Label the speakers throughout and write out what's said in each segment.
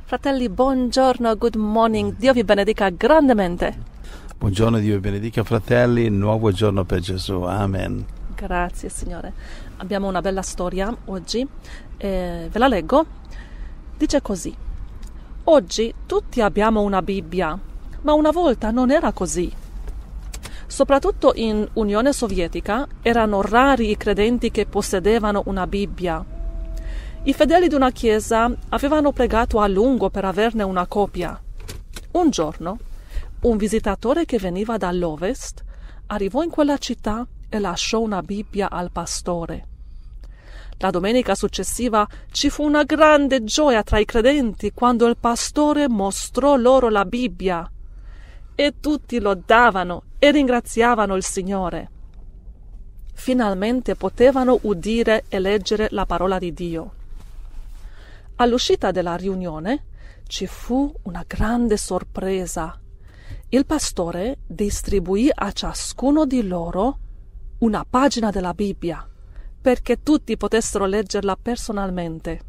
Speaker 1: Fratelli, buongiorno, good morning, Dio vi benedica grandemente.
Speaker 2: Buongiorno, Dio vi benedica fratelli, nuovo giorno per Gesù, amen.
Speaker 1: Grazie Signore. Abbiamo una bella storia oggi, ve la leggo. Dice così: oggi tutti abbiamo una Bibbia, ma una volta non era così. Soprattutto in Unione Sovietica erano rari i credenti che possedevano una Bibbia. I fedeli di una chiesa avevano pregato a lungo per averne una copia. Un giorno, un visitatore che veniva dall'Ovest arrivò in quella città e lasciò una Bibbia al pastore. La domenica successiva ci fu una grande gioia tra i credenti quando il pastore mostrò loro la Bibbia e tutti lodavano e ringraziavano il Signore. Finalmente potevano udire e leggere la parola di Dio. All'uscita della riunione ci fu una grande sorpresa. Il pastore distribuì a ciascuno di loro una pagina della Bibbia perché tutti potessero leggerla personalmente.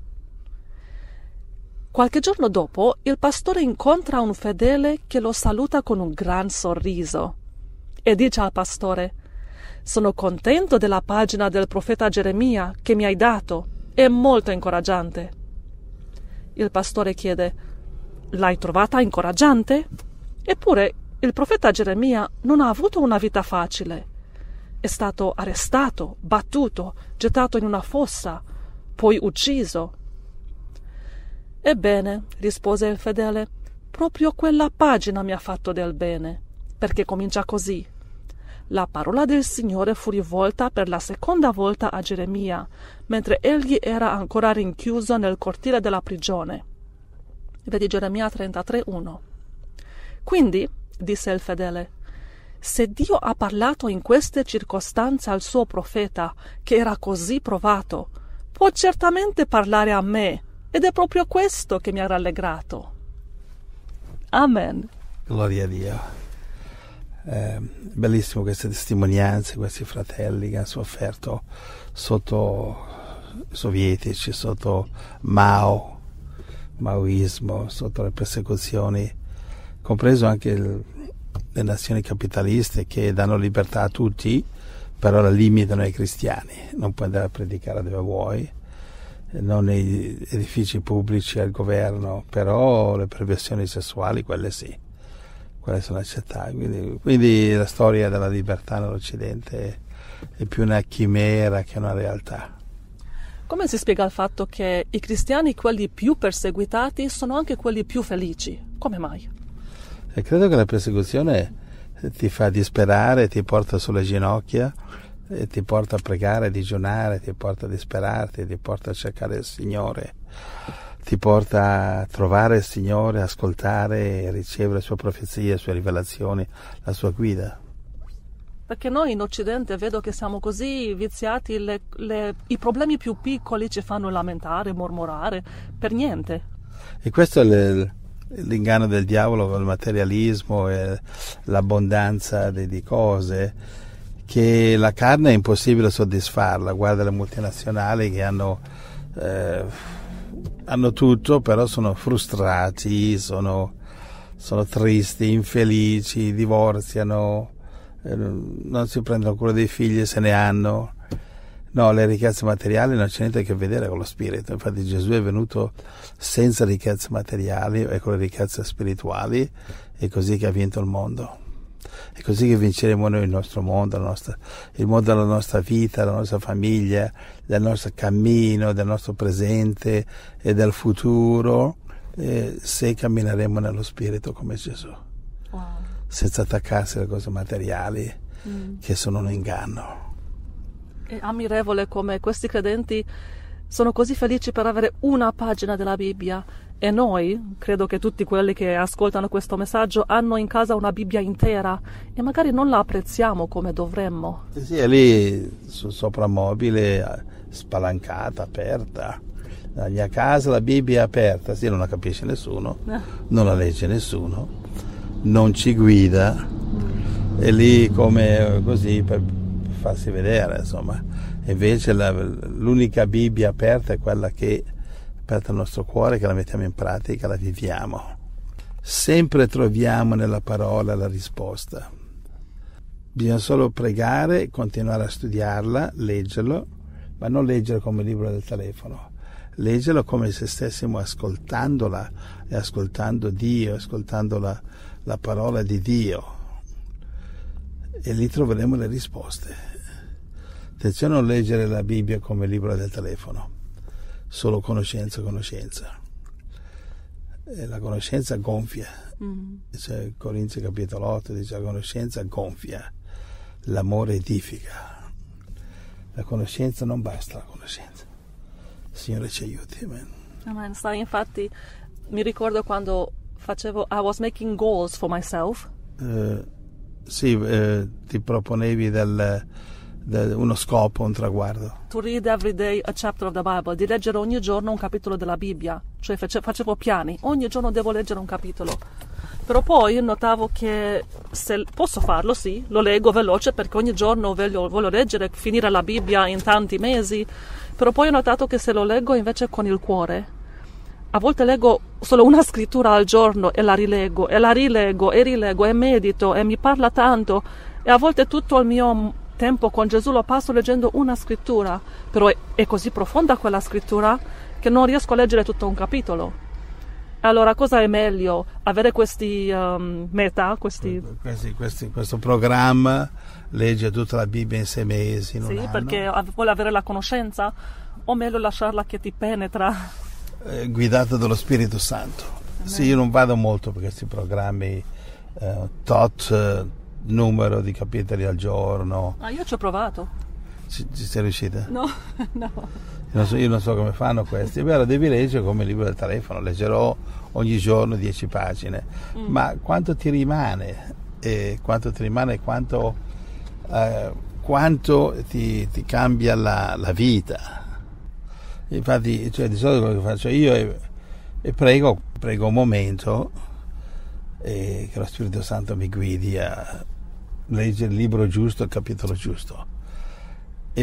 Speaker 1: Qualche giorno dopo il pastore incontra un fedele che lo saluta con un gran sorriso e dice al pastore: «Sono contento della pagina del profeta Geremia che mi hai dato, è molto incoraggiante». Il pastore chiede: «L'hai trovata incoraggiante?» Eppure il profeta Geremia non ha avuto una vita facile. È stato arrestato, battuto, gettato in una fossa, poi ucciso. «Ebbene», rispose il fedele, «proprio quella pagina mi ha fatto del bene, perché comincia così. La parola del Signore fu rivolta per la seconda volta a Geremia, mentre egli era ancora rinchiuso nel cortile della prigione». Vedi Geremia 33:1. «Quindi», disse il fedele, «se Dio ha parlato in queste circostanze al suo profeta, che era così provato, può certamente parlare a me, ed è proprio questo che mi ha rallegrato». Amen.
Speaker 2: Gloria a Dio. Bellissimo queste testimonianze, questi fratelli che hanno sofferto sotto i sovietici, sotto maoismo, sotto le persecuzioni, compreso anche le nazioni capitaliste che danno libertà a tutti, però la limitano ai cristiani. Non puoi andare a predicare dove vuoi, non nei edifici pubblici al governo, però le perversioni sessuali, quelle sì, quelle sono accettabili. Quindi la storia della libertà nell'Occidente è più una chimera che una realtà.
Speaker 1: Come si spiega il fatto che i cristiani, quelli più perseguitati, sono anche quelli più felici? Come mai?
Speaker 2: E credo che la persecuzione ti fa disperare, ti porta sulle ginocchia, e ti porta a pregare, a digiunare, ti porta a disperarti, ti porta a cercare il Signore, ti porta a trovare il Signore, ascoltare e ricevere le sue profezie, le sue rivelazioni, la sua guida.
Speaker 1: Perché noi in Occidente vedo che siamo così viziati, i problemi più piccoli ci fanno lamentare, mormorare, per niente.
Speaker 2: E questo è l'inganno del diavolo con il materialismo e l'abbondanza di cose, che la carne è impossibile soddisfarla. Guarda le multinazionali che hanno tutto, però sono frustrati, sono tristi, infelici, divorziano, non si prendono cura dei figli, se ne hanno. No, le ricchezze materiali non c'è niente a che vedere con lo spirito. Infatti Gesù è venuto senza ricchezze materiali e con le ricchezze spirituali, è così che ha vinto il mondo. È così che vinceremo noi il nostro mondo, il mondo della nostra vita, della nostra famiglia, del nostro cammino, del nostro presente e del futuro, se cammineremo nello spirito come Gesù, wow, senza attaccarsi alle cose materiali che sono un inganno.
Speaker 1: È ammirevole come questi credenti sono così felici per avere una pagina della Bibbia, e noi, credo che tutti quelli che ascoltano questo messaggio hanno in casa una Bibbia intera e magari non la apprezziamo come dovremmo.
Speaker 2: Sì, è lì sul soprammobile, spalancata, aperta. La mia casa la Bibbia è aperta, sì, non la capisce nessuno, non la legge nessuno, non ci guida, è lì come così per farsi vedere, insomma. Invece l'unica Bibbia aperta è quella che aperta al nostro cuore, che la mettiamo in pratica, la viviamo. Sempre troviamo nella parola la risposta. Bisogna solo pregare, continuare a studiarla, leggerlo, ma non leggere come il libro del telefono. Leggerlo come se stessimo ascoltandola e ascoltando Dio, ascoltando la parola di Dio. E lì troveremo le risposte. Attenzione a non leggere la Bibbia come il libro del telefono, solo conoscenza. E la conoscenza gonfia. Cioè, Corinzi capitolo 8 dice: la conoscenza gonfia, l'amore edifica. La conoscenza non basta, la conoscenza. Il Signore ci aiuti. Amen.
Speaker 1: Amen. Sai, infatti, mi ricordo quando I was making goals for myself.
Speaker 2: Ti proponevi uno scopo, un traguardo.
Speaker 1: To read every day a chapter of the Bible, di leggere ogni giorno un capitolo della Bibbia. Cioè facevo piani, ogni giorno devo leggere un capitolo. Però poi notavo che se posso farlo, sì, lo leggo veloce perché ogni giorno voglio leggere, finire la Bibbia in tanti mesi. Però poi ho notato che se lo leggo invece con il cuore, a volte leggo solo una scrittura al giorno e la rileggo e medito e mi parla tanto, e a volte tutto il mio tempo con Gesù lo passo leggendo una scrittura, però è così profonda quella scrittura che non riesco a leggere tutto un capitolo. Allora cosa è meglio? Avere questi
Speaker 2: questo programma, legge tutta la Bibbia in 6 mesi, in un anno.
Speaker 1: Perché vuole avere la conoscenza, o meglio lasciarla che ti penetra?
Speaker 2: Guidato dallo Spirito Santo. Sì, io non vado molto per questi programmi tot numero di capitoli al giorno.
Speaker 1: Io ci ho provato.
Speaker 2: Ci sei riuscita?
Speaker 1: No.
Speaker 2: Io non so come fanno questi. È vero, devi leggere come il libro del telefono. Leggerò ogni giorno 10 pagine. Ma quanto ti rimane? Quanto ti cambia la vita? Infatti, di solito quello che faccio io è prego un momento e che lo Spirito Santo mi guidi a leggere il libro giusto, il capitolo giusto. E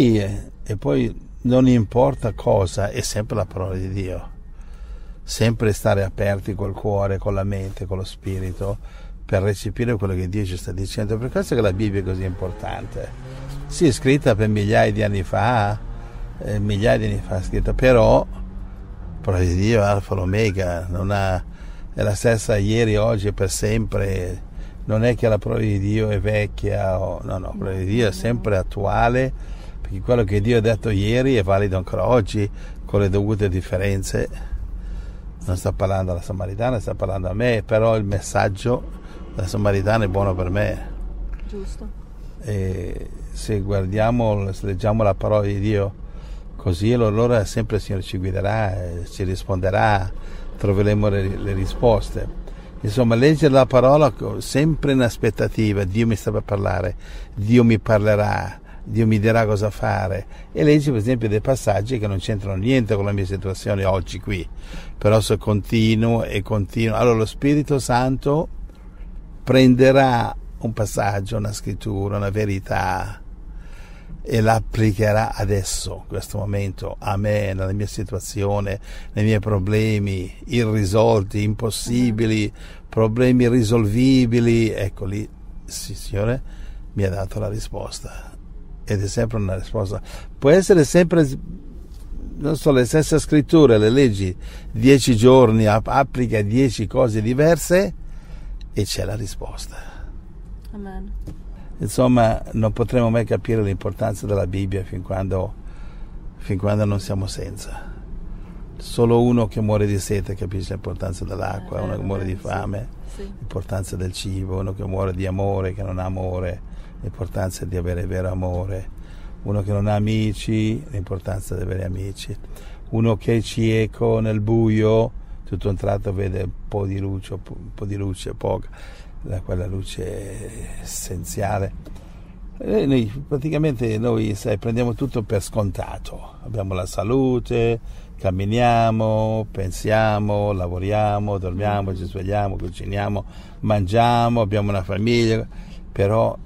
Speaker 2: poi non importa cosa, è sempre la parola di Dio. Sempre stare aperti col cuore, con la mente, con lo spirito, per recepire quello che Dio ci sta dicendo. Per questo che la Bibbia è così importante. Sì, è scritta per migliaia di anni fa è scritta, però la parola di Dio è Alfa e Omega, è la stessa ieri, oggi e per sempre. Non è che la parola di Dio è vecchia, la parola di Dio è sempre attuale, perché quello che Dio ha detto ieri è valido ancora oggi, con le dovute differenze. Non sta parlando alla Samaritana, sta parlando a me, però il messaggio della Samaritana è buono per me.
Speaker 1: Giusto.
Speaker 2: E se leggiamo la parola di Dio così, allora sempre il Signore ci guiderà, ci risponderà, troveremo le risposte. Insomma, leggere la parola sempre in aspettativa: Dio mi sta per parlare, Dio mi parlerà, Dio mi dirà cosa fare. E leggi per esempio dei passaggi che non c'entrano niente con la mia situazione oggi qui, però se continuo, allora lo Spirito Santo prenderà un passaggio, una scrittura, una verità e la applicherà adesso, in questo momento, a me, nella mia situazione, nei miei problemi irrisolti, impossibili, problemi irrisolvibili. Ecco lì, sì, Signore mi ha dato la risposta, ed è sempre una risposta. Può essere sempre, non so, le stesse scritture, le leggi 10 giorni, applica 10 cose diverse e c'è la risposta.
Speaker 1: Amen.
Speaker 2: Insomma, non potremo mai capire l'importanza della Bibbia fin quando non siamo senza. Solo uno che muore di sete capisce l'importanza dell'acqua, uno che muore di fame, l'importanza del cibo, uno che muore di amore, che non ha amore, l'importanza di avere vero amore, uno che non ha amici, l'importanza di avere amici, uno che è cieco nel buio, tutto un tratto vede un po' di luce, poca. Quella luce essenziale. Noi prendiamo tutto per scontato. Abbiamo la salute, camminiamo, pensiamo, lavoriamo, dormiamo, ci svegliamo, cuciniamo, mangiamo, abbiamo una famiglia, però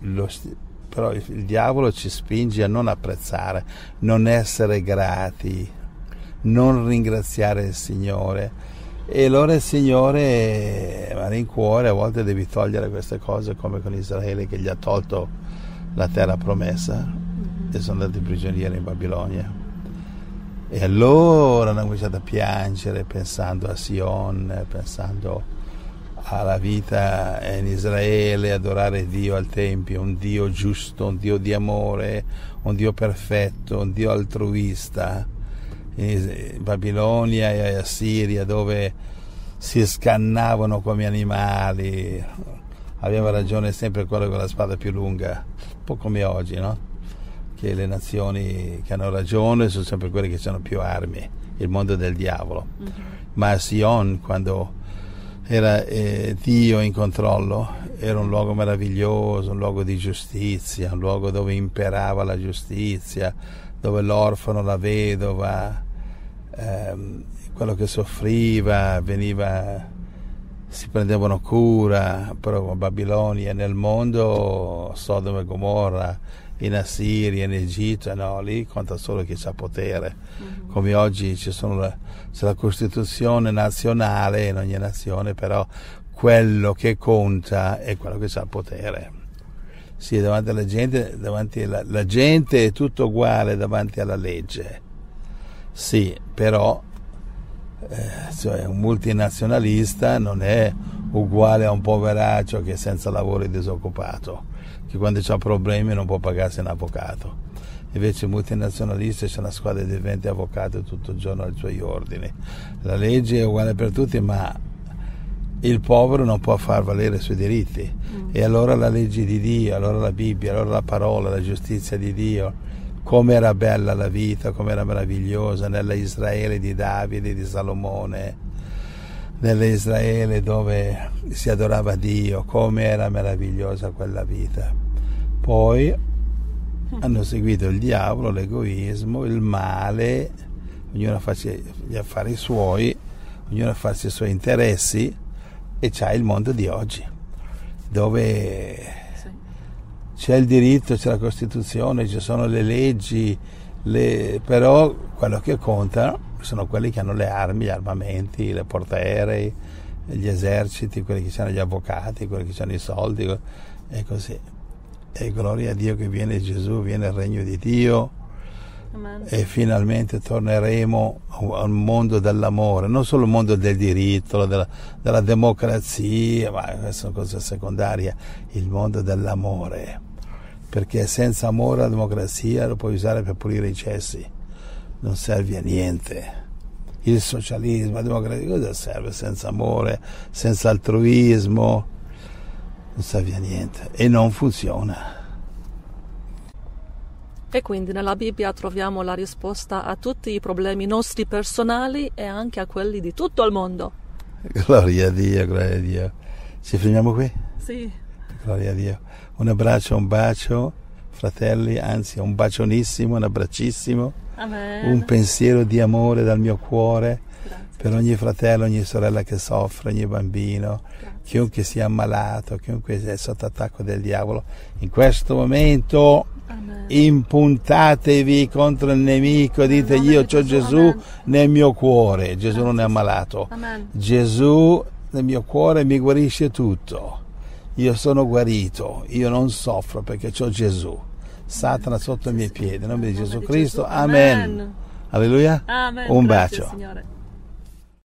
Speaker 2: il diavolo ci spinge a non apprezzare, non essere grati, non ringraziare il Signore. E allora il Signore a malincuore a volte devi togliere queste cose, come con Israele che gli ha tolto la terra promessa e sono andati prigionieri in Babilonia. E allora hanno cominciato a piangere pensando a Sion, pensando alla vita in Israele, adorare Dio al Tempio, un Dio giusto, un Dio di amore, un Dio perfetto, un Dio altruista. In Babilonia e Assiria, dove si scannavano come animali, aveva ragione sempre quello con la spada più lunga, un po' come oggi, no? Che le nazioni che hanno ragione sono sempre quelle che hanno più armi, il mondo del diavolo. Ma a Sion, quando era Dio in controllo, era un luogo meraviglioso, un luogo di giustizia, un luogo dove imperava la giustizia, dove l'orfano, la vedova, quello che soffriva si prendevano cura. Però Babilonia, nel mondo, Sodoma e Gomorra, in Assiria, in Egitto, no, lì conta solo chi ha potere. Come oggi c'è la Costituzione nazionale in ogni nazione, però quello che conta è quello che ha potere. Sì, davanti alla gente, la gente è tutto uguale davanti alla legge. Sì, però cioè un multinazionalista non è uguale a un poveraccio che è senza lavoro e disoccupato, che quando ha problemi non può pagarsi un avvocato. Invece il multinazionalista c'è una squadra di 20 avvocati tutto il giorno ai suoi ordini. La legge è uguale per tutti, ma il povero non può far valere i suoi diritti. E allora la legge di Dio, allora la Bibbia, allora la parola, la giustizia di Dio, come era bella la vita, come era meravigliosa nella Israele di Davide, di Salomone, nella Israele dove si adorava Dio, come era meravigliosa quella vita. Poi hanno seguito il diavolo, l'egoismo, il male, ognuno a farsi gli affari suoi, ognuno a farsi i suoi interessi, e c'è il mondo di oggi, dove c'è il diritto, c'è la Costituzione, ci sono le leggi, però quello che conta sono quelli che hanno le armi, gli armamenti, le portaerei, gli eserciti, quelli che hanno gli avvocati, quelli che hanno i soldi, e così. E gloria a Dio che viene Gesù, viene il regno di Dio. Amen. E finalmente torneremo al mondo dell'amore, non solo il mondo del diritto, della democrazia, ma questa è una cosa secondaria, il mondo dell'amore, perché senza amore la democrazia lo puoi usare per pulire i cessi, non serve a niente. Il socialismo, la democrazia, cosa serve senza amore, senza altruismo? Non serve a niente e non funziona.
Speaker 1: E quindi nella Bibbia troviamo la risposta a tutti i problemi nostri personali e anche a quelli di tutto il mondo.
Speaker 2: Gloria a Dio, gloria a Dio. Ci fermiamo qui?
Speaker 1: Sì.
Speaker 2: Gloria a Dio. Un abbraccio, un bacio, fratelli, anzi un bacionissimo, un abbraccissimo.
Speaker 1: Amen.
Speaker 2: Un pensiero di amore dal mio cuore.
Speaker 1: Grazie.
Speaker 2: Per ogni fratello, ogni sorella che soffre, ogni bambino, chiunque sia ammalato, chiunque sia sotto attacco del diavolo. In questo momento impuntatevi contro il nemico, dite io c'ho Gesù nel mio cuore. Gesù non è ammalato.
Speaker 1: Amen.
Speaker 2: Gesù nel mio cuore mi guarisce tutto. Io sono guarito, io non soffro perché c'ho Gesù. Satana sotto i miei piedi, nel nome di Gesù Cristo. Amen. Alleluia.
Speaker 1: Amen.
Speaker 2: Un
Speaker 1: Grazie,
Speaker 2: bacio.
Speaker 1: Signore.